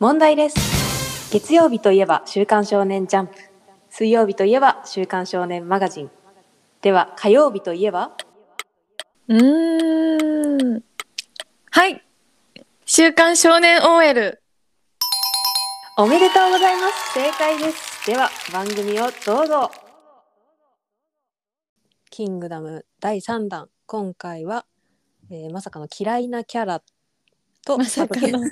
問題です。月曜日といえば週刊少年ジャンプ、水曜日といえば週刊少年マガジン、では火曜日といえば？ はい、週刊少年 OL。 おめでとうございます。正解です。では番組をどうぞ。キングダム第3弾、今回は、まさかの嫌いなキャラとまさかの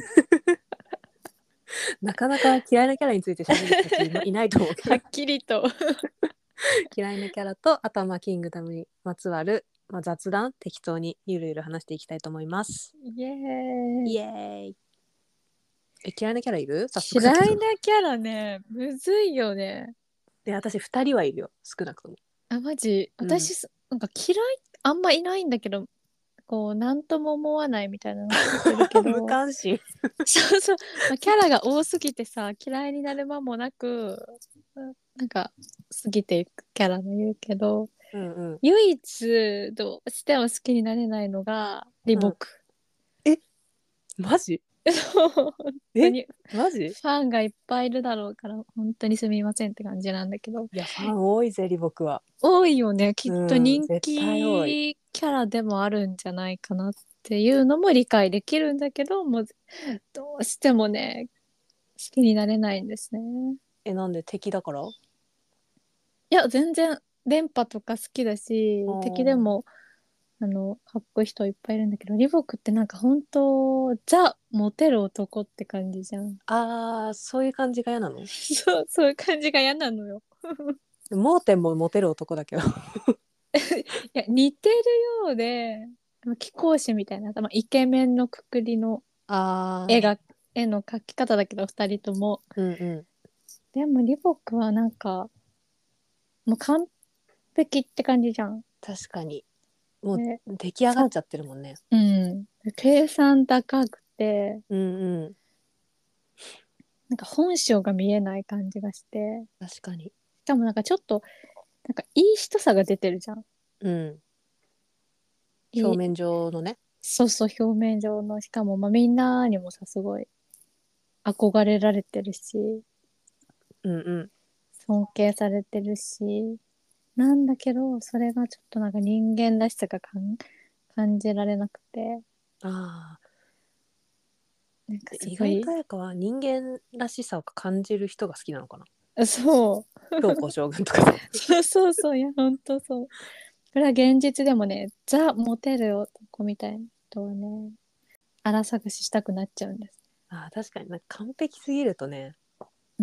なかなか嫌いなキャラについて喋る人たちもいないと思うけどはっきりと嫌いなキャラと、あとはキングダムにまつわる、雑談、適当にゆるゆる話していきたいと思います。 イエーイ。 イエーイ。嫌いなキャラいる？早速嫌だけど。 いなキャラね、むずいよね。 私2人はいるよ、少なくとも。 あ、マジうん私、なんか嫌いあんまいないんだけど、こうなんとも思わないみたいなの知ってるけ無ど関心。 そうそう、キャラが多すぎてさ、嫌いになる間もなく、なんか過ぎていくキャラもいるけど、 うんうん。 唯一どうしても好きになれないのがリボク。 マジ？ そう本当にマジ？ ファンがいっぱいいるだろうから本当にすみませんって感じなんだけど、 いや、ファン多いぜ、リボクは。 多いよね、きっと人絶対多い。 気キャラでもあるんじゃないかなっていうのも理解できるんだけど、もうどうしてもね好きになれないんですね。 なんで？敵だから？ いや全然電波とか好きだし、敵でもかっこいい人いっぱいいるんだけど、リボクってなんか本当ザモテる男って感じじゃん。 そういう感じが嫌なの？ そういう感じが嫌なのよ。 盲点もモテる男だけど。 いや似てるようで、貴公子みたいな、イケメンのくくりのあー絵の描き方だけど二人とも。 うんうでもリボクはなんかもう完璧って感じじゃん。 確かに。もで、 う出来上がっちゃってるもんね。 うん。計算高くて、 うんうん。 なんか本性が見えない感じがして、 確かに。 しかもなんかちょっと、なんかいい人さが出てるじゃん。 うん。 いい表面上のね。 そうそう、表面上の。しかもみんなにもさ、すごい憧れられてるし、 うんうん。 尊敬されてるし、なんだけど、それがちょっとなんか人間らしさが感じられなくて、 あなんかす意ごい、 外と彩香は人間らしさを感じる人が好きなのかな。 そう、 京子将軍とかさ。 そうそうそう、いや、ほんとそう。これは現実でもね、ザ・モテる男みたいな人はね、荒探ししたくなっちゃうんです。 確かになんか完璧すぎるとね、 うん。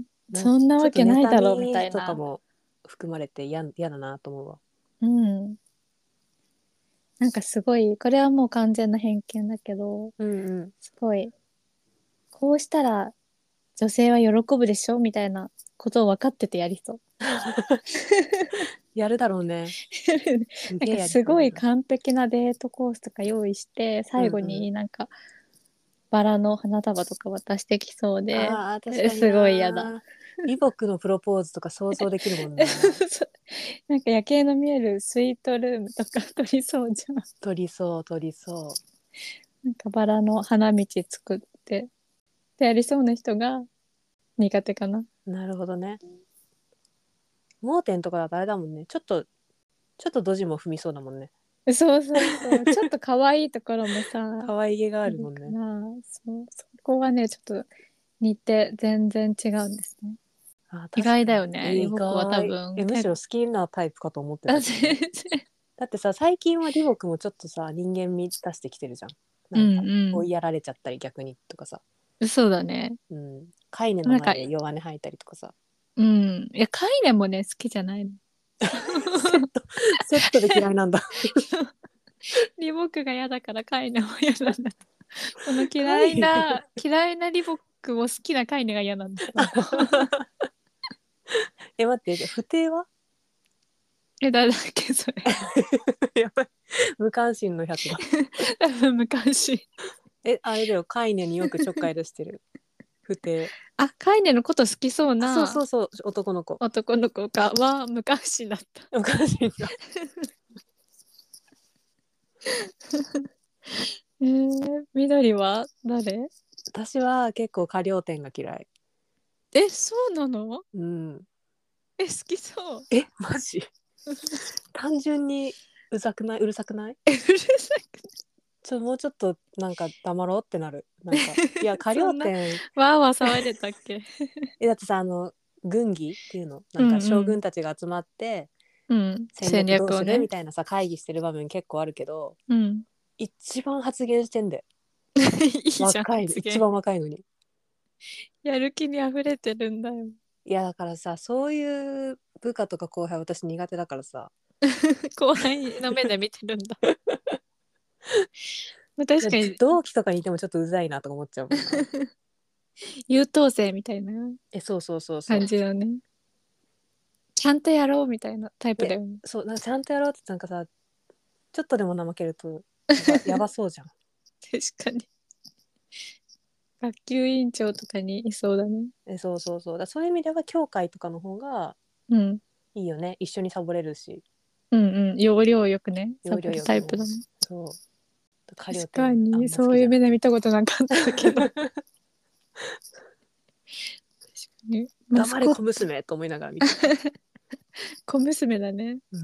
なんそんなわけちょっとないだろうみた妬みいな。 とかも含まれて嫌だなと思うわ。 うん。なんかすごい、これはもう完全な偏見だけど、 うんうん。 すごい、こうしたら女性は喜ぶでしょみたいなことを分かっててやりそう。 やるだろうね。すなんげえやりかすごいそうだな。 完璧なデートコースとか用意して、最後うんうん。 になんかバラの花束とか渡してきそうで、 確かにすごい嫌だ。 な。リボックのプロポーズとか想像できるもんな。 なんか夜景の見えるスイートルームとか撮りそうじゃん。 取りそう取りそなんかバラの花道作ってでやりそうな人が苦手かな。 う。なるほどね。盲点とかだとあれだもんね。ちょっとドジも踏みそうだもんね。 そうそうそう。ちょっと可愛いところもさ、 可愛げがああるもんね。 るから、そこはね、ちょっと似て全然違うんですね。意外確かだよね。 に。意僕は多外。 分むしろ好きなタイプかと思ってたけどね。 全然。 だってさ、最近はリボックもちょっとさ、人間味出してきてるじゃん。 うなんか追んいやられちゃったり逆にとかさ。 うん。そうだね。 うん。カイネのなんか、 前で弱音吐いたりとかさ。 うん。いや、カイネもね、好きじゃないの。 セットで嫌いなんだ。 リボックが嫌だからカイネも嫌なんだ。このカイネ。 嫌いなリボックを好きなカイネが嫌なんだ。 待って、じゃあ不定は？ 誰だっけ、それ。 やばい。無関心のやつだ。 多分昔。 あれだよ。カイネによくちょっかい出してる。不定。 あ、カイネのこと好きそうそうなそうそう。男の子。 男の子かは昔だった。 無関心だ。 緑は誰？ 私は結構過料店が嫌い。 そうなの？ うん。 好きそう。 マジ？単純にうざくない？うるさくない？ うるさもうちょっとなんか黙ろうってなる。なんかいや過く、そんな、 料店、 わーわー騒いでたっけ？ だってさ軍議っていうのなんかうんうん。 将軍たちが集まってうん。 戦戦略どうする略をね。 みたいなさ会議してる場面結構あるけど、 うん。 一番発言してんで。 いいじゃん、 若いの発言。 一番若いのに。 やる気に溢れてるんだよ。 いやだからさそういう部下とか後輩私苦手だからさ。 後輩の目で見てるんだ。まあいや確かに、 同期とかにいてもちょっとうざいなとか思っちゃうもんな。 優等生みたいなそうそうそうそう。 感じだね。ちゃんとやろうみたいなタイいやプだよね。 そうなんかちゃんとやろうってなんかさちょっとでも怠けるとやばそうじゃん。 確かに。学級委員長とかにいそうだね。 そうそうそうそういう意味では教会とかの方がうん。 いいよね。一緒にサボれるしうんうん。要領よくね、サ要ボる領よくね。 タイプだね。 そう過料確か店あんに、 ま好きじゃない。 そういう目で見たことなかったけど。確かに。マス黙れコット、 小娘と思いながら見てる。 小娘だね。 うん。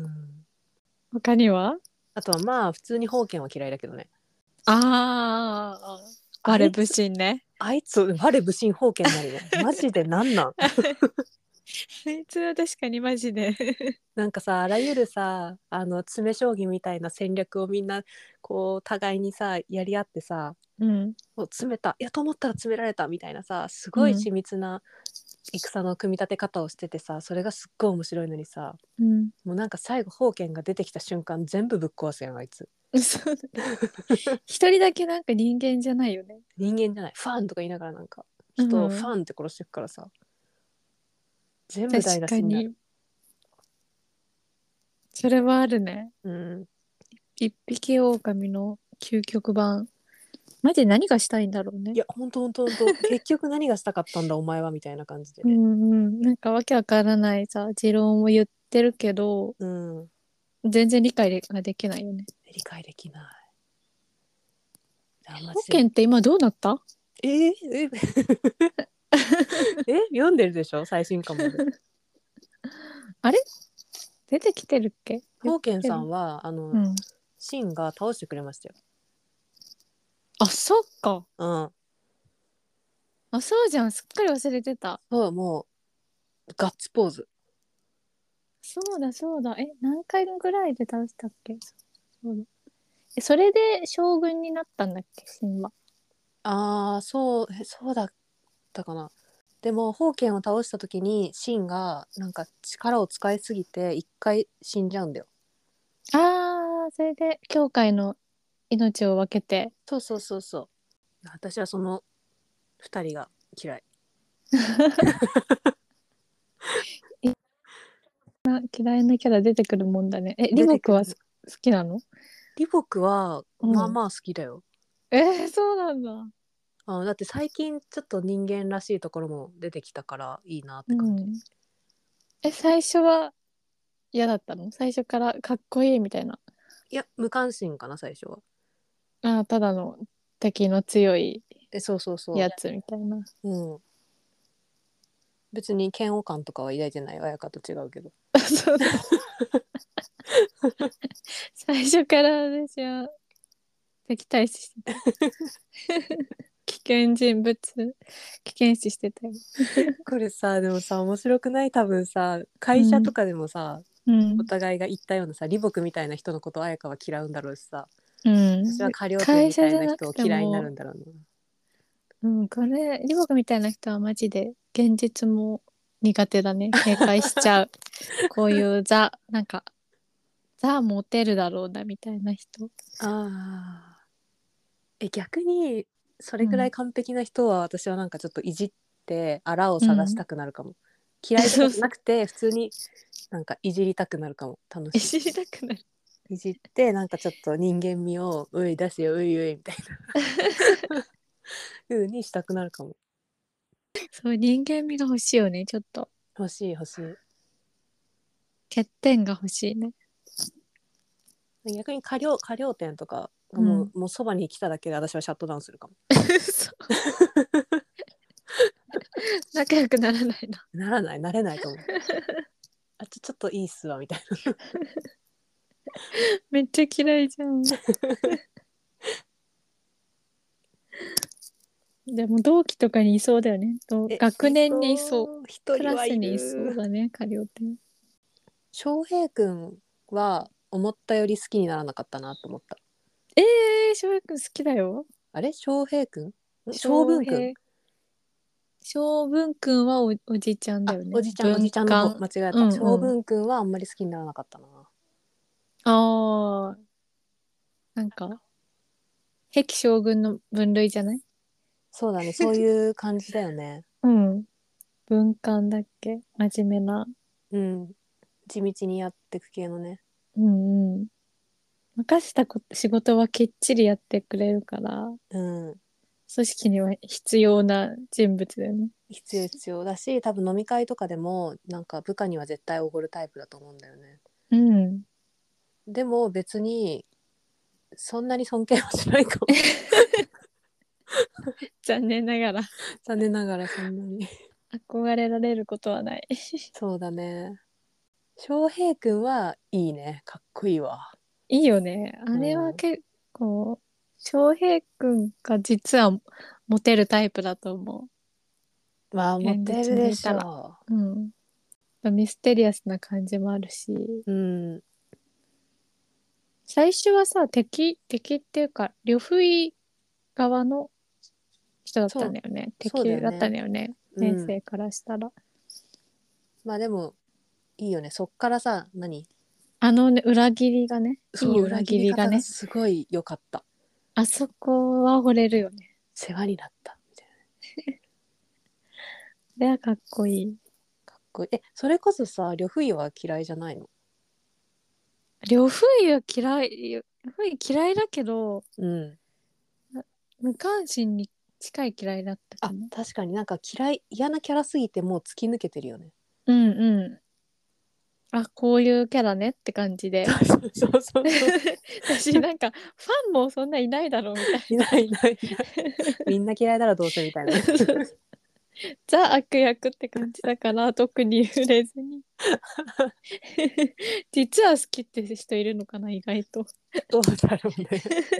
他には？ あとはまあ普通に封建は嫌いだけどね。 ああ、我不あいつ審ね。 あいつ我武神封建何ねマジでなんなん？ あいつは確かにマジで。 なんかさあらゆるさ詰将棋みたいな戦略をみんなこう互いにさやり合ってさ、 うん。 もう詰めたいやと思ったら詰められたみたいなさすうん。 ごい緻密な戦の組み立て方をしててさそれがすっごい面白いのにさ、 うん。 もうなんか最後封建が出てきた瞬間全部ぶっ壊すやんあいつ。 そうだね。一人だけなんか人間じゃないよね。 人間じゃないファンとか言いながらなんかう人をフん。 ァンって殺してくからさ全部確台無しになる。 かに。それはあるね。 うん。 一匹狼の究極版。マジで何がしたいんだろうね。 いやほんとほんとほんと結局何がしたかったんだお前はみたいな感じでうね。 んうん。なんかわけわからないさ、持論を言ってるけど、 うん。 全然理解ができないよね。 理解できない。あマ保ジで。 険って今どうなった？ えー、え読んでるでしょ最新刊まで。 あれ出てきてるっけ？言っ封建てる。 さんはうん。 シンが倒してくれましたよ。 あ、そっか。 うん。 あ、そうじゃん。すっかり忘れてた。 そうもうガッツポーズ。 そうだ、そうだ。何回ぐらいで倒したっけ？そうだ。それで将軍になったんだっけ、神話。 そうだったかな。でも封建を倒した時にシンがなんか力を使いすぎて一回死んじゃうんだよ。 あー、それで、教会の命を分けて。 そうそうそうそう。私はその二人が嫌い。 嫌いなキャラ出てくるもんだね。李出てくる。 牧は好きなの？ 李牧はうん。 まあまあ好きだよ。 そうなんだ。 だって最近ちょっと人間らしいところも出てきたからいいなって感じ。 うん。最初は嫌だったの？最初からかっこいいみたいな。 いや無関心かな最初は。 ただの敵の強いそうそうそやつみたいな。 う。うん。別に嫌悪感とかは抱いてない綾香と違うけど。 そうだ。最初から私は敵対視してた。危険人物、危険視してたよ。 これさでもさ面白くない？多分さうん。 会社とかでもさおうん。 互いが言ったようなさ李牧みたいな人のことを綾香は嫌うんだろうしさうん。 私は過料店会みたいな社じゃなく人を嫌いになるても、 んだろうな。 うん、これ、リボクみたいな人はマジで現実も苦手だね。警戒しちゃう。こういうなんか、モテるだろうなみたいな人。 あ逆にそれくらいうん。 完璧な人は私はなんかちょっといじってあらをうん。 探したくなるかも。嫌いとかじゃそうそう。 なくて普通になんかいじりたくなるかも。楽しいじりたくなる。 い。いじってなんかちょっと人間味をうい出せよういういみたいな風にしたくなるかも。 そう、人間味が欲しいよね、ちょっと。 欲しい欲し欠点が欲しいね。 い。逆に過料店とかがもうそばに来ただけで私はシャットダウンするかも。 そう仲良くならないの。 なれないと思う。ちょっといいっすわみたいな。 めっちゃ嫌いじゃん。でも同期とかにいそうだよね。学年にいそう。クラスにいそうだね、カリオって。 翔平くんは思ったより好きにならなかったなと思った。 翔平くん好きだよ。 あれ翔平くん翔文くん翔文くんはおじちゃんだよね。 おじちゃんの方間違えた。翔文くんはあんまり好きにならなかったな。 なんか壁将軍の分類じゃない？ そうだね、そういう感じだよね。 うん。文官だっけ？真面目な。 うん。地道にやっていく系のね。 うんうん。任した仕事はきっちりやってくれるから、 うん。 組織には必要な人物だよね。 必要だし、多分飲み会とかでもなんか部下には絶対おごるタイプだと思うんだよね。 うん。 でも別にそんなに尊敬はしないかも。 残念ながら残念ながらそんなに。 憧れられることはない。 そうだね。翔平くんはいいね。かっこいいわ。 いいよね。あれは結構、翔平くんが実はモテるタイプだと思う。 まあモテるでしょう。うん。ミステリアスな感じもあるし。 うん。 最初はさ、敵っていうか、呂不韋側の人だったんだよね。敵だったんだよね。先生からしたら。 まあでもいいよね。そっからさ、 裏切りがね。いい裏切りがね。 すごい良かった。 あそこは惚れるよね。 世話になったみたいな。 あれはかっこいい。 かっこいい。それこそさ、呂不韋は嫌いじゃないの？ 呂不韋は嫌い。呂不韋嫌いだけど、 うん。 無関心に近い嫌いだったかも。 確かになんか嫌なキャラすぎてもう突き抜けてるよね。 うんうん。こういうキャラねって感じで。 そう私なんかファンもそんないないだろうみたいな。 いない。みんな嫌いだらどうせみたいな。 ザ悪役って感じだから特に触れずに。実は好きって人いるのかな、意外と。 どうだろうね。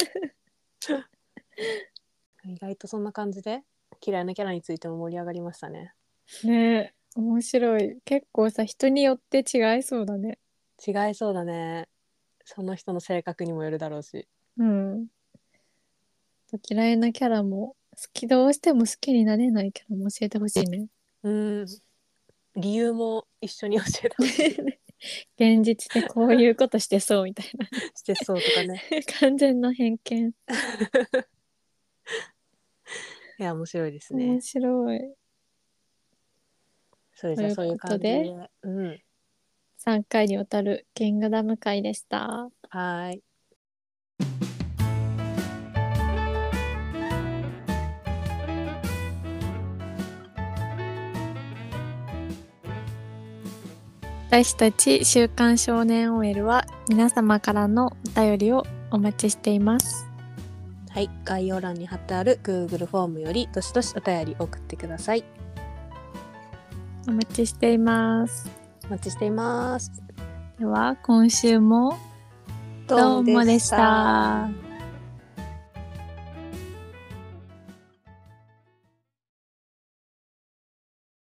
意外とそんな感じで嫌いなキャラについても盛り上がりましたね。 ねえ、面白い。結構さ、人によって違いそうだね。 違いそうだね。その人の性格にもよるだろうし。 うん。嫌いなキャラもどうしても好きになれないキャラも教えてほしいね。 理由も一緒に教えてほしい。 現実でこういうことしてそうみたいな。 してそうとかね。 完全な偏見。 いや面白いですね。 面白い。 そういう感じで。 3回にわたるキングダム会でした。 はい。 私たち週刊少年 OL は皆様からのお便りをお待ちしています。 はい、概要欄に貼ってある Google フォームよりどしどしお便り送ってください。 お待ちしています。 お待ちしています。 では今週もどうもでした。